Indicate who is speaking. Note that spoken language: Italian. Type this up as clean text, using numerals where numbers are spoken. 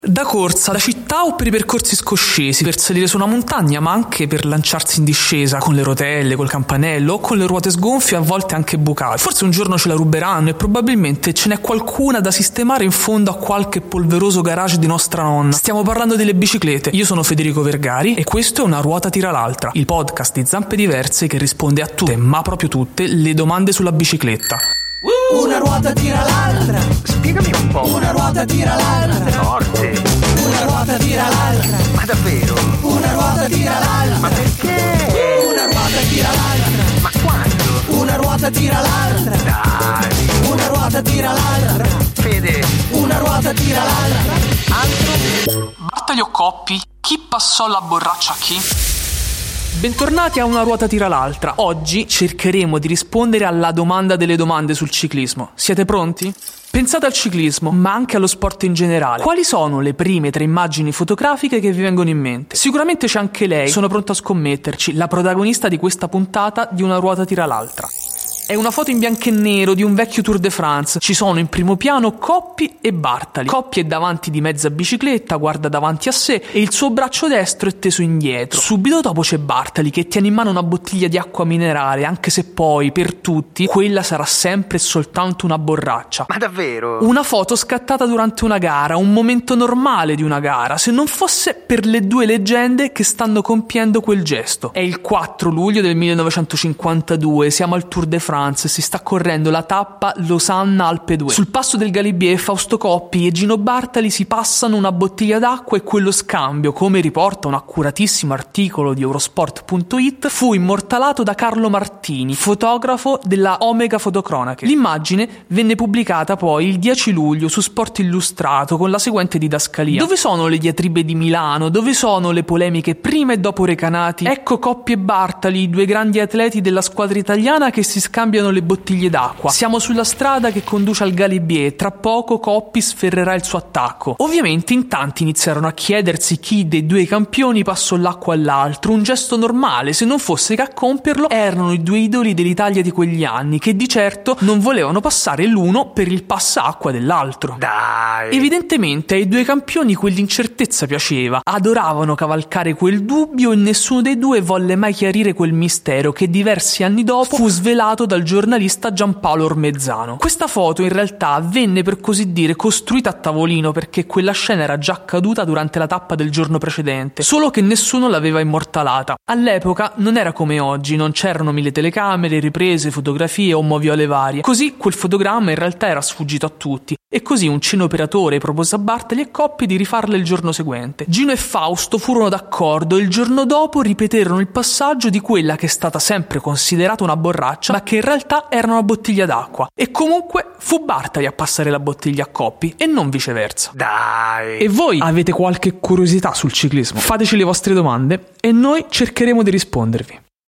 Speaker 1: Da corsa, da città o per i percorsi scoscesi, per salire su una montagna, ma anche per lanciarsi in discesa, con le rotelle, col campanello o con le ruote sgonfie, a volte anche bucate. Forse un giorno ce la ruberanno e probabilmente ce n'è qualcuna da sistemare in fondo a qualche polveroso garage di nostra nonna. Stiamo parlando delle biciclette. Io sono Federico Vergari e questo è Una ruota tira l'altra, il podcast di Zampe Diverse che risponde a tutte, ma proprio tutte, le domande sulla bicicletta.
Speaker 2: Una ruota tira l'altra.
Speaker 3: Spiegami un po'.
Speaker 2: Una ruota tira l'altra.
Speaker 3: Forte.
Speaker 2: Una ruota tira l'altra.
Speaker 3: Ma davvero?
Speaker 2: Una ruota tira l'altra.
Speaker 3: Ma perché?
Speaker 2: Una ruota tira l'altra.
Speaker 3: Ma quando?
Speaker 2: Una ruota tira l'altra.
Speaker 3: Dai.
Speaker 2: Una ruota tira l'altra.
Speaker 3: Fede.
Speaker 2: Una ruota tira l'altra.
Speaker 3: Altro?
Speaker 1: Bartali o Coppi? Chi passò la borraccia a chi? Bentornati a Una ruota tira l'altra. Oggi cercheremo di rispondere alla domanda delle domande sul ciclismo. Siete pronti? Pensate al ciclismo, ma anche allo sport in generale. Quali sono le prime 3 immagini fotografiche che vi vengono in mente? Sicuramente c'è anche lei, sono pronto a scommetterci, la protagonista di questa puntata di Una ruota tira l'altra. È una foto in bianco e nero di un vecchio Tour de France. Ci sono in primo piano Coppi e Bartali. Coppi è davanti di mezza bicicletta, guarda davanti a sé e il suo braccio destro è teso indietro. Subito dopo c'è Bartali che tiene in mano una bottiglia di acqua minerale, anche se poi, per tutti, quella sarà sempre e soltanto una borraccia.
Speaker 3: Ma davvero?
Speaker 1: Una foto scattata durante una gara, un momento normale di una gara, se non fosse per le 2 leggende che stanno compiendo quel gesto. È il 4 luglio del 1952, siamo al Tour de France. Si sta correndo la tappa Losanna-Alpe 2. Sul passo del Galibier Fausto Coppi e Gino Bartali si passano una bottiglia d'acqua e quello scambio, come riporta un accuratissimo articolo di Eurosport.it, fu immortalato da Carlo Martini, fotografo della Omega Fotocronache. L'immagine venne pubblicata poi il 10 luglio su Sport Illustrato con la seguente didascalia. Dove sono le diatribe di Milano? Dove sono le polemiche prima e dopo Recanati? Ecco Coppi e Bartali, i 2 grandi atleti della squadra italiana che si scambiano le bottiglie d'acqua. Siamo sulla strada che conduce al Galibier, tra poco Coppi sferrerà il suo attacco. Ovviamente in tanti iniziarono a chiedersi chi dei 2 campioni passò l'acqua all'altro, un gesto normale se non fosse che a compierlo erano i 2 idoli dell'Italia di quegli anni che di certo non volevano passare l'uno per il passacqua dell'altro.
Speaker 3: Dai.
Speaker 1: Evidentemente ai 2 campioni quell'incertezza piaceva, adoravano cavalcare quel dubbio e nessuno dei 2 volle mai chiarire quel mistero che diversi anni dopo fu svelato dal giornalista Giampaolo Ormezzano. Questa foto in realtà venne per così dire costruita a tavolino perché quella scena era già accaduta durante la tappa del giorno precedente, solo che nessuno l'aveva immortalata. All'epoca non era come oggi, non c'erano 1000 telecamere, riprese, fotografie o moviole varie. Così quel fotogramma in realtà era sfuggito a tutti e così un cineoperatore propose a Bartali e Coppi di rifarle il giorno seguente. Gino e Fausto furono d'accordo e il giorno dopo ripeterono il passaggio di quella che è stata sempre considerata una borraccia ma che in realtà era una bottiglia d'acqua e comunque fu Bartali a passare la bottiglia a Coppi e non viceversa.
Speaker 3: Dai.
Speaker 1: E voi avete qualche curiosità sul ciclismo? Fateci le vostre domande e noi cercheremo di rispondervi.